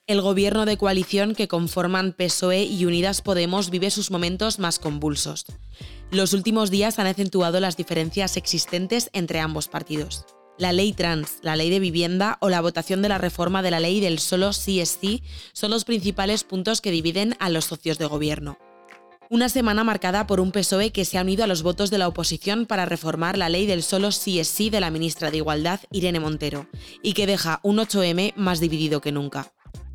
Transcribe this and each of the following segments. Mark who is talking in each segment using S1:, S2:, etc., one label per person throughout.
S1: El gobierno de coalición que conforman PSOE y Unidas Podemos vive sus momentos más convulsos. Los últimos días han acentuado las diferencias existentes entre ambos partidos. La ley trans, la ley de vivienda o la votación de la reforma de la ley del solo sí es sí son los principales puntos que dividen a los socios de gobierno. Una semana marcada por un PSOE que se ha unido a los votos de la oposición para reformar la ley del solo sí es sí de la ministra de Igualdad, Irene Montero, y que deja un 8M más dividido que nunca.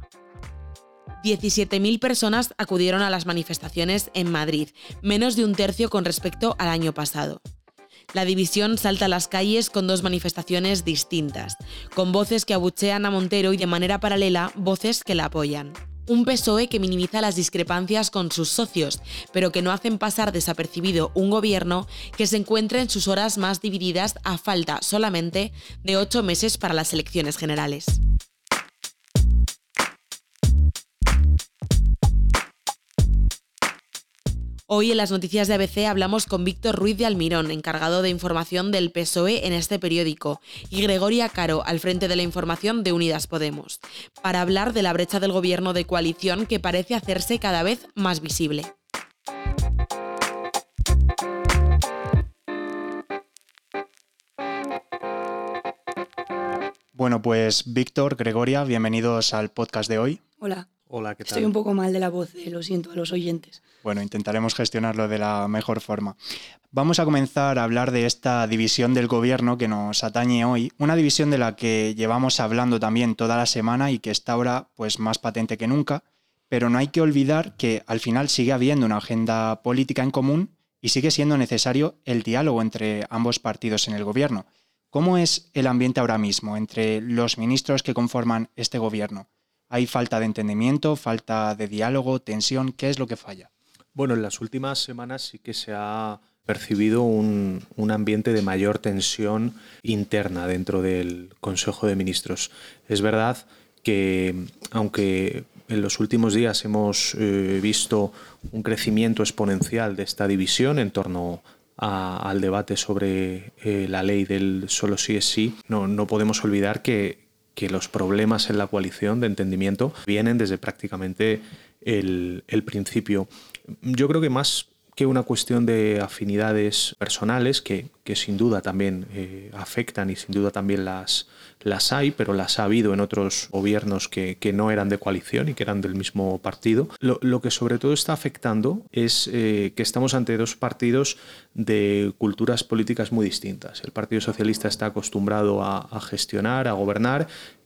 S1: 17.000 personas acudieron a las manifestaciones en Madrid, menos de un tercio con respecto al año pasado. La división salta a las calles con dos manifestaciones distintas, con voces que abuchean a Montero y de manera paralela voces que la apoyan. Un PSOE que minimiza las discrepancias con sus socios, pero que no hacen pasar desapercibido un gobierno que se encuentra en sus horas más divididas a falta solamente de 8 meses para las elecciones generales. Hoy en las noticias de ABC hablamos con Víctor Ruiz de Almirón, encargado de información del PSOE en este periódico, y Gregoria Caro, al frente de la información de Unidas Podemos, para hablar de la brecha del gobierno de coalición que parece hacerse cada vez más visible.
S2: Bueno, pues Víctor, Gregoria, bienvenidos al podcast de hoy.
S3: Hola.
S4: Hola, ¿qué tal?
S3: Estoy un poco mal de la voz, lo siento a los oyentes.
S2: Bueno, intentaremos gestionarlo de la mejor forma. Vamos a comenzar a hablar de esta división del gobierno que nos atañe hoy, una división de la que llevamos hablando también toda la semana y que está ahora pues más patente que nunca, pero no hay que olvidar que al final sigue habiendo una agenda política en común y sigue siendo necesario el diálogo entre ambos partidos en el gobierno. ¿Cómo es el ambiente ahora mismo entre los ministros que conforman este gobierno? ¿Hay falta de entendimiento, falta de diálogo, tensión? ¿Qué es lo que falla?
S4: Bueno, en las últimas semanas sí que se ha percibido un ambiente de mayor tensión interna dentro del Consejo de Ministros. Es verdad que, aunque en los últimos días hemos visto un crecimiento exponencial de esta división en torno al debate sobre la ley del solo sí es sí, no podemos olvidar que los problemas en la coalición de entendimiento vienen desde prácticamente el principio. Yo creo que más que una cuestión de afinidades personales, que sin duda también afectan y sin duda también las hay, pero las ha habido en otros gobiernos que no eran de coalición y que eran del mismo partido. Lo que sobre todo está afectando es que estamos ante dos partidos de culturas políticas muy distintas. El Partido Socialista está acostumbrado a gestionar, a gobernar,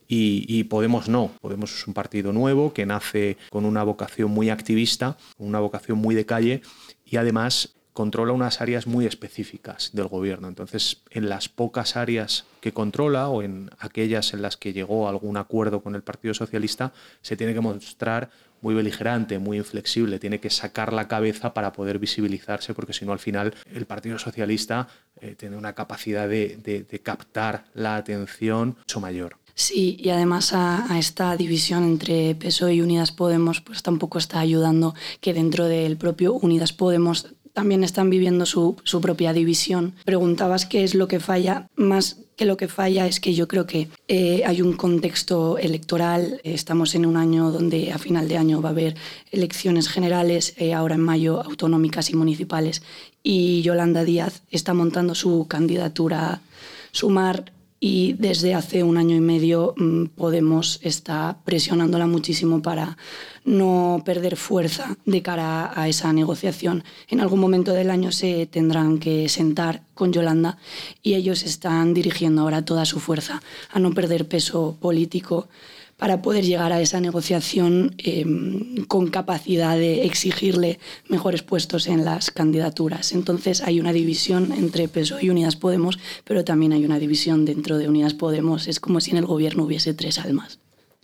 S4: y Podemos no. Podemos es un partido nuevo que nace con una vocación muy activista, una vocación muy de calle y además controla unas áreas muy específicas del gobierno. Entonces, en las pocas áreas que controla o en aquellas en las que llegó a algún acuerdo con el Partido Socialista, se tiene que mostrar muy beligerante, muy inflexible, tiene que sacar la cabeza para poder visibilizarse, porque si no al final el Partido Socialista tiene una capacidad de captar la atención mucho mayor.
S3: Sí, y además a esta división entre PSOE y Unidas Podemos pues tampoco está ayudando que dentro del propio Unidas Podemos también están viviendo su propia división. Preguntabas qué es lo que falla. Más que lo que falla es que yo creo que hay un contexto electoral. Estamos en un año donde a final de año va a haber elecciones generales, ahora en mayo autonómicas y municipales, y Yolanda Díaz está montando su candidatura Sumar. Y desde hace un año y medio Podemos está presionándola muchísimo para no perder fuerza de cara a esa negociación. En algún momento del año se tendrán que sentar con Yolanda y ellos están dirigiendo ahora toda su fuerza a no perder peso político para poder llegar a esa negociación con capacidad de exigirle mejores puestos en las candidaturas. Entonces hay una división entre PSOE y Unidas Podemos, pero también hay una división dentro de Unidas Podemos. Es como si en el gobierno hubiese tres almas.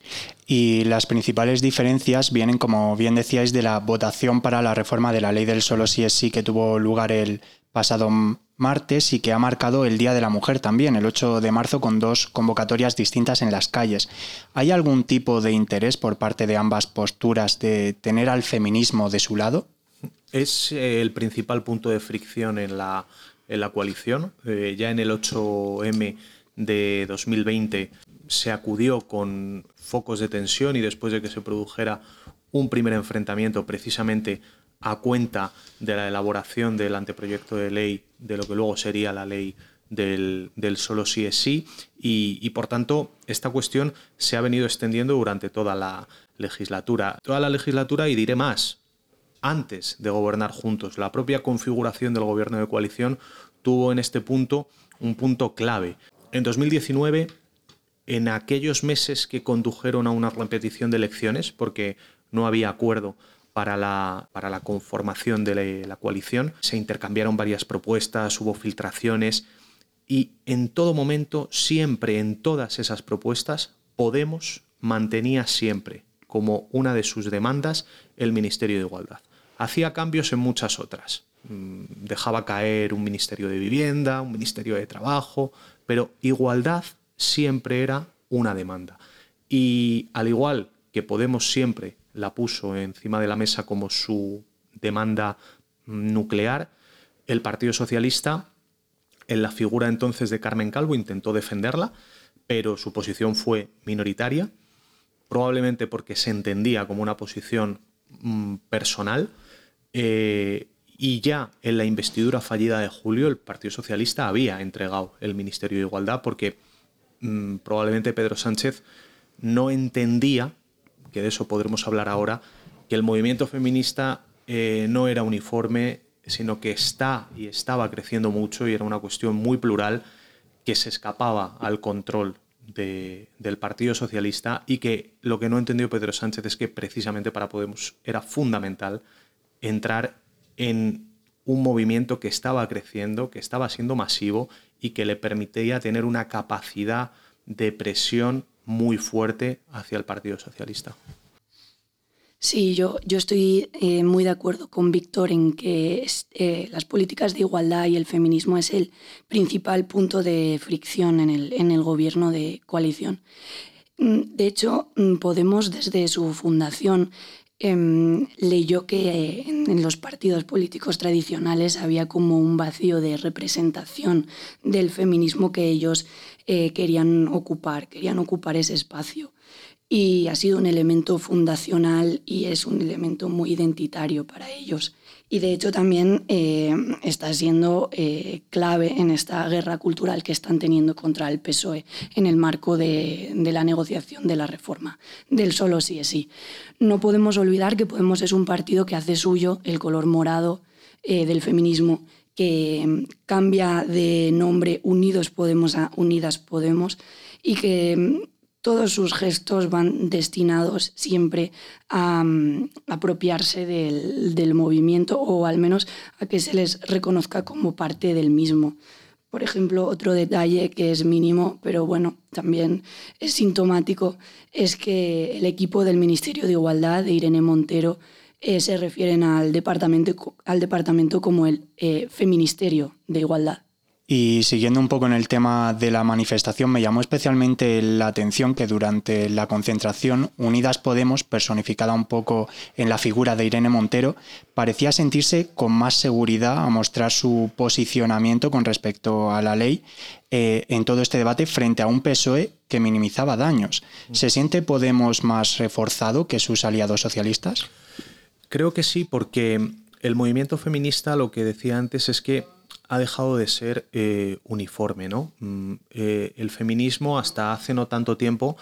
S2: Y las principales diferencias vienen, como bien decíais, de la votación para la reforma de la ley del solo sí es sí que tuvo lugar el pasado martes y que ha marcado el Día de la Mujer también, el 8 de marzo, con dos convocatorias distintas en las calles. ¿Hay algún tipo de interés por parte de ambas posturas de tener al feminismo de su lado?
S4: Es el principal punto de fricción en la coalición. Ya en el 8M de 2020 se acudió con focos de tensión y después de que se produjera un primer enfrentamiento precisamente a cuenta de la elaboración del anteproyecto de ley de lo que luego sería la ley del solo sí es sí y por tanto esta cuestión se ha venido extendiendo durante toda la legislatura. Y diré más, antes de gobernar juntos, la propia configuración del gobierno de coalición tuvo en este punto un punto clave. En 2019, en aquellos meses que condujeron a una repetición de elecciones, porque no había acuerdo para la conformación de la coalición, se intercambiaron varias propuestas, hubo filtraciones y en todo momento, siempre en todas esas propuestas, Podemos mantenía siempre como una de sus demandas el Ministerio de Igualdad. Hacía cambios en muchas otras. Dejaba caer un Ministerio de Vivienda, un Ministerio de Trabajo, pero igualdad siempre era una demanda. Y al igual que Podemos siempre la puso encima de la mesa como su demanda nuclear, el Partido Socialista, en la figura entonces de Carmen Calvo, intentó defenderla, pero su posición fue minoritaria, probablemente porque se entendía como una posición personal, y ya en la investidura fallida de julio el Partido Socialista había entregado el Ministerio de Igualdad porque probablemente Pedro Sánchez no entendía, que de eso podremos hablar ahora, que el movimiento feminista no era uniforme, sino que estaba creciendo mucho y era una cuestión muy plural que se escapaba al control del Partido Socialista y que lo que no entendió Pedro Sánchez es que precisamente para Podemos era fundamental entrar en un movimiento que estaba creciendo, que estaba siendo masivo y que le permitía tener una capacidad de presión muy fuerte hacia el Partido Socialista.
S3: Sí, yo estoy muy de acuerdo con Víctor en que las políticas de igualdad y el feminismo es el principal punto de fricción en el gobierno de coalición. De hecho, Podemos desde su fundación leyó que en los partidos políticos tradicionales había como un vacío de representación del feminismo que ellos querían ocupar ese espacio. Y ha sido un elemento fundacional y es un elemento muy identitario para ellos. Y de hecho también está siendo clave en esta guerra cultural que están teniendo contra el PSOE en el marco de la negociación de la reforma del solo sí es sí. No podemos olvidar que Podemos es un partido que hace suyo el color morado del feminismo, que cambia de nombre Unidos Podemos a Unidas Podemos y que todos sus gestos van destinados siempre a apropiarse del movimiento o al menos a que se les reconozca como parte del mismo. Por ejemplo, otro detalle que es mínimo, pero bueno, también es sintomático, es que el equipo del Ministerio de Igualdad de Irene Montero se refieren al departamento como el Feministerio de Igualdad.
S2: Y siguiendo un poco en el tema de la manifestación, me llamó especialmente la atención que durante la concentración Unidas Podemos, personificada un poco en la figura de Irene Montero, parecía sentirse con más seguridad a mostrar su posicionamiento con respecto a la ley en todo este debate frente a un PSOE que minimizaba daños. ¿Se siente Podemos más reforzado que sus aliados socialistas?
S4: Creo que sí, porque el movimiento feminista, lo que decía antes, es que ha dejado de ser uniforme, ¿no? El feminismo hasta hace no tanto tiempo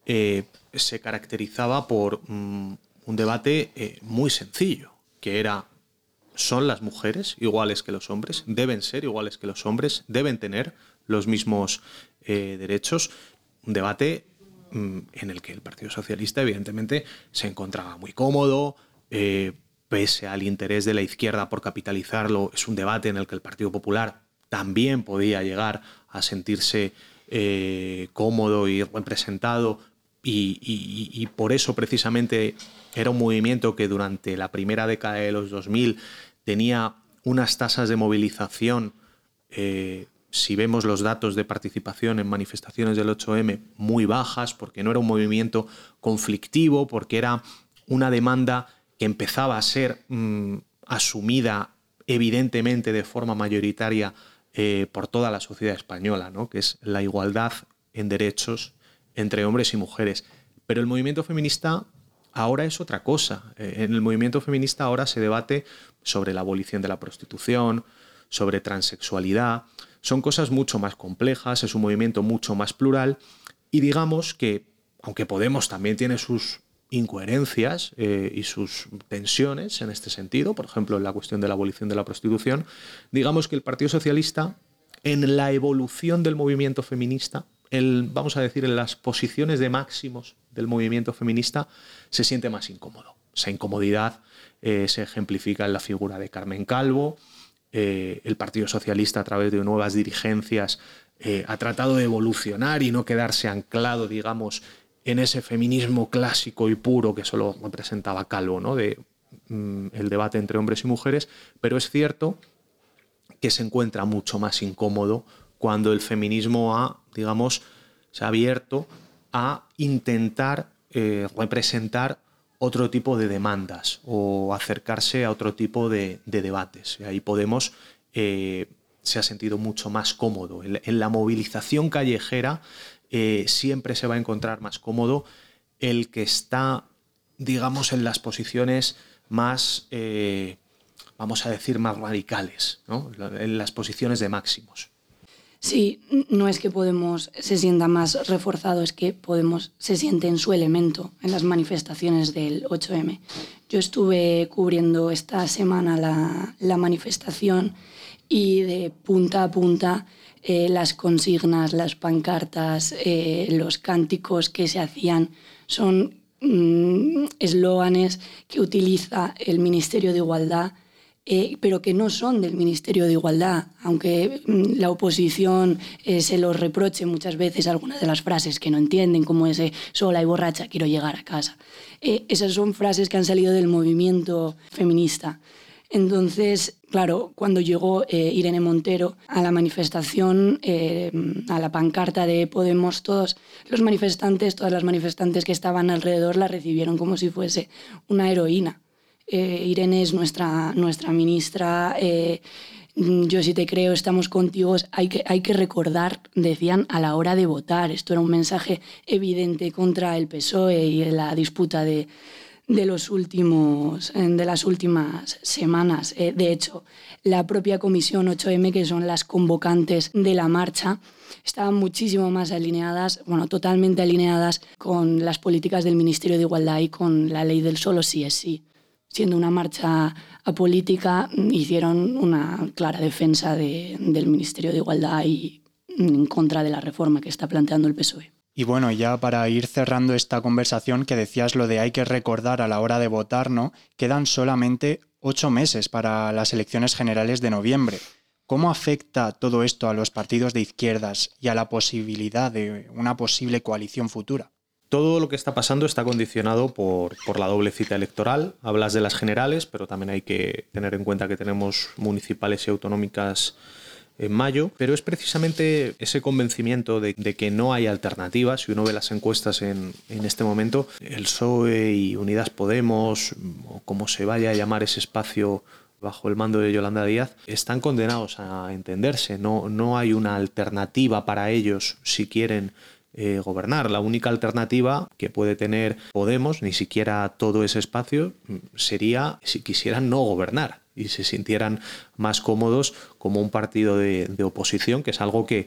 S4: se caracterizaba por un debate muy sencillo, que era: ¿son las mujeres iguales que los hombres? ¿Deben ser iguales que los hombres? ¿Deben tener los mismos derechos? Un debate en el que el Partido Socialista evidentemente se encontraba muy cómodo, pese al interés de la izquierda por capitalizarlo. Es un debate en el que el Partido Popular también podía llegar a sentirse cómodo y representado y por eso precisamente era un movimiento que durante la primera década de los 2000 tenía unas tasas de movilización, si vemos los datos de participación en manifestaciones del 8M, muy bajas, porque no era un movimiento conflictivo, porque era una demanda que empezaba a ser asumida evidentemente de forma mayoritaria por toda la sociedad española, ¿no? Que es la igualdad en derechos entre hombres y mujeres. Pero el movimiento feminista ahora es otra cosa. En el movimiento feminista ahora se debate sobre la abolición de la prostitución, sobre transexualidad. Son cosas mucho más complejas, es un movimiento mucho más plural y digamos que, aunque Podemos también tiene sus incoherencias y sus tensiones en este sentido, por ejemplo, en la cuestión de la abolición de la prostitución, digamos que el Partido Socialista, en la evolución del movimiento feminista, vamos a decir, en las posiciones de máximos del movimiento feminista, se siente más incómodo. Esa incomodidad se ejemplifica en la figura de Carmen Calvo. El Partido Socialista, a través de nuevas dirigencias, ha tratado de evolucionar y no quedarse anclado, digamos, en ese feminismo clásico y puro que solo representaba Calvo, ¿no? El debate entre hombres y mujeres, pero es cierto que se encuentra mucho más incómodo cuando el feminismo se ha abierto a intentar representar otro tipo de demandas o acercarse a otro tipo de debates. Y ahí Podemos se ha sentido mucho más cómodo. En la movilización callejera siempre se va a encontrar más cómodo el que está, digamos, en las posiciones más, vamos a decir, más radicales, ¿no? En las posiciones de máximos.
S3: Sí, no es que Podemos se sienta más reforzado, es que Podemos se siente en su elemento en las manifestaciones del 8M. Yo estuve cubriendo esta semana la manifestación y de punta a punta las consignas, las pancartas, los cánticos que se hacían son eslóganes que utiliza el Ministerio de Igualdad, pero que no son del Ministerio de Igualdad, aunque la oposición se los reproche muchas veces algunas de las frases que no entienden, como ese sola y borracha quiero llegar a casa. Esas son frases que han salido del movimiento feminista. Entonces, claro, cuando llegó Irene Montero a la manifestación, a la pancarta de Podemos, todas las manifestantes que estaban alrededor la recibieron como si fuese una heroína. Irene es nuestra ministra, yo sí te creo, estamos contigo, hay que recordar, decían, a la hora de votar. Esto era un mensaje evidente contra el PSOE y la disputa de las últimas semanas. De hecho, la propia Comisión 8M, que son las convocantes de la marcha, estaban muchísimo más alineadas, totalmente alineadas con las políticas del Ministerio de Igualdad y con la ley del solo sí es sí. Siendo una marcha apolítica, hicieron una clara defensa del Ministerio de Igualdad y en contra de la reforma que está planteando el PSOE.
S2: Y bueno, ya para ir cerrando esta conversación, que decías lo de hay que recordar a la hora de votar, ¿no? Quedan solamente 8 meses para las elecciones generales de noviembre. ¿Cómo afecta todo esto a los partidos de izquierdas y a la posibilidad de una posible coalición futura?
S4: Todo lo que está pasando está condicionado por la doble cita electoral. Hablas de las generales, pero también hay que tener en cuenta que tenemos municipales y autonómicas en mayo, pero es precisamente ese convencimiento de que no hay alternativa. Si uno ve las encuestas en este momento, el PSOE y Unidas Podemos, o como se vaya a llamar ese espacio bajo el mando de Yolanda Díaz, están condenados a entenderse. No hay una alternativa para ellos si quieren gobernar. La única alternativa que puede tener Podemos, ni siquiera todo ese espacio, sería si quisieran no gobernar y se sintieran más cómodos como un partido de oposición, que es algo que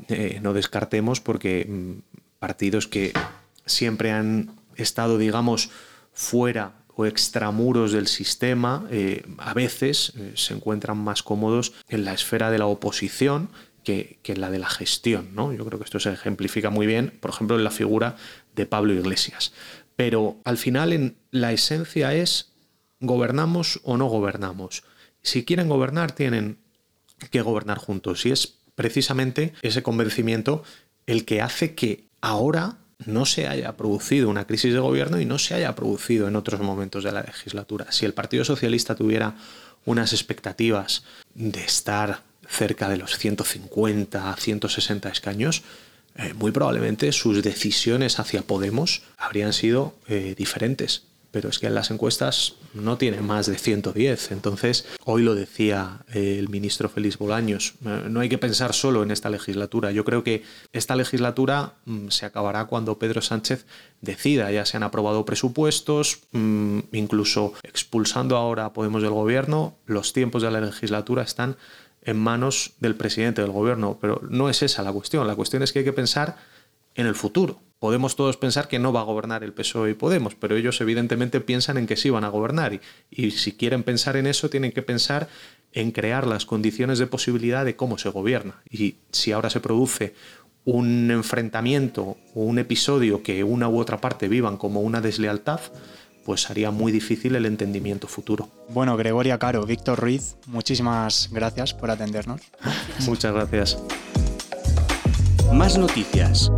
S4: no descartemos, porque partidos que siempre han estado, digamos, fuera o extramuros del sistema, a veces se encuentran más cómodos en la esfera de la oposición que en la de la gestión, ¿no? Yo creo que esto se ejemplifica muy bien, por ejemplo, en la figura de Pablo Iglesias. Pero al final la esencia es: ¿gobernamos o no gobernamos? Si quieren gobernar, tienen que gobernar juntos. Y es precisamente ese convencimiento el que hace que ahora no se haya producido una crisis de gobierno y no se haya producido en otros momentos de la legislatura. Si el Partido Socialista tuviera unas expectativas de estar cerca de los 150, 160 escaños, muy probablemente sus decisiones hacia Podemos habrían sido diferentes. pero es que en las encuestas no tiene más de 110. Entonces, hoy lo decía el ministro Félix Bolaños, no hay que pensar solo en esta legislatura. Yo creo que esta legislatura se acabará cuando Pedro Sánchez decida. Ya se han aprobado presupuestos, incluso expulsando ahora a Podemos del gobierno. Los tiempos de la legislatura están en manos del presidente del gobierno, pero no es esa la cuestión. La cuestión es que hay que pensar en el futuro. Podemos todos pensar que no va a gobernar el PSOE y Podemos, pero ellos evidentemente piensan en que sí van a gobernar y si quieren pensar en eso tienen que pensar en crear las condiciones de posibilidad de cómo se gobierna. Y si ahora se produce un enfrentamiento o un episodio que una u otra parte vivan como una deslealtad, pues haría muy difícil el entendimiento futuro.
S2: Bueno, Gregoria Caro, Víctor Ruiz, muchísimas gracias por atendernos.
S4: Muchas gracias.
S5: Más noticias.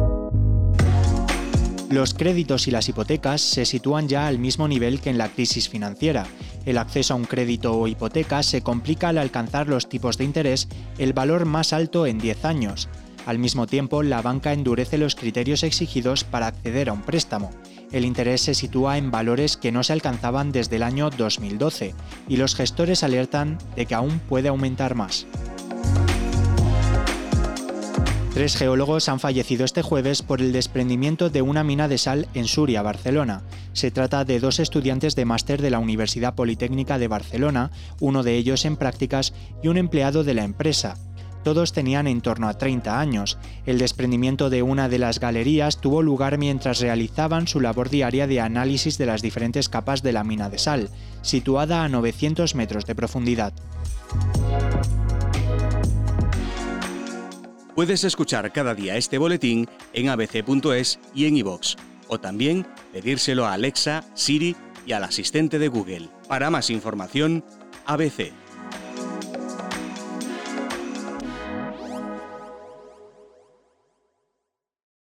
S2: Los créditos y las hipotecas se sitúan ya al mismo nivel que en la crisis financiera. El acceso a un crédito o hipoteca se complica al alcanzar los tipos de interés, el valor más alto en 10 años. Al mismo tiempo, la banca endurece los criterios exigidos para acceder a un préstamo. El interés se sitúa en valores que no se alcanzaban desde el año 2012 y los gestores alertan de que aún puede aumentar más. 3 geólogos han fallecido este jueves por el desprendimiento de una mina de sal en Súria, Barcelona. Se trata de 2 estudiantes de máster de la Universidad Politécnica de Barcelona, uno de ellos en prácticas y un empleado de la empresa. Todos tenían en torno a 30 años. El desprendimiento de una de las galerías tuvo lugar mientras realizaban su labor diaria de análisis de las diferentes capas de la mina de sal, situada a 900 metros de profundidad.
S5: Puedes escuchar cada día este boletín en abc.es y en iVoox, o también pedírselo a Alexa, Siri y al asistente de Google. Para más información, ABC.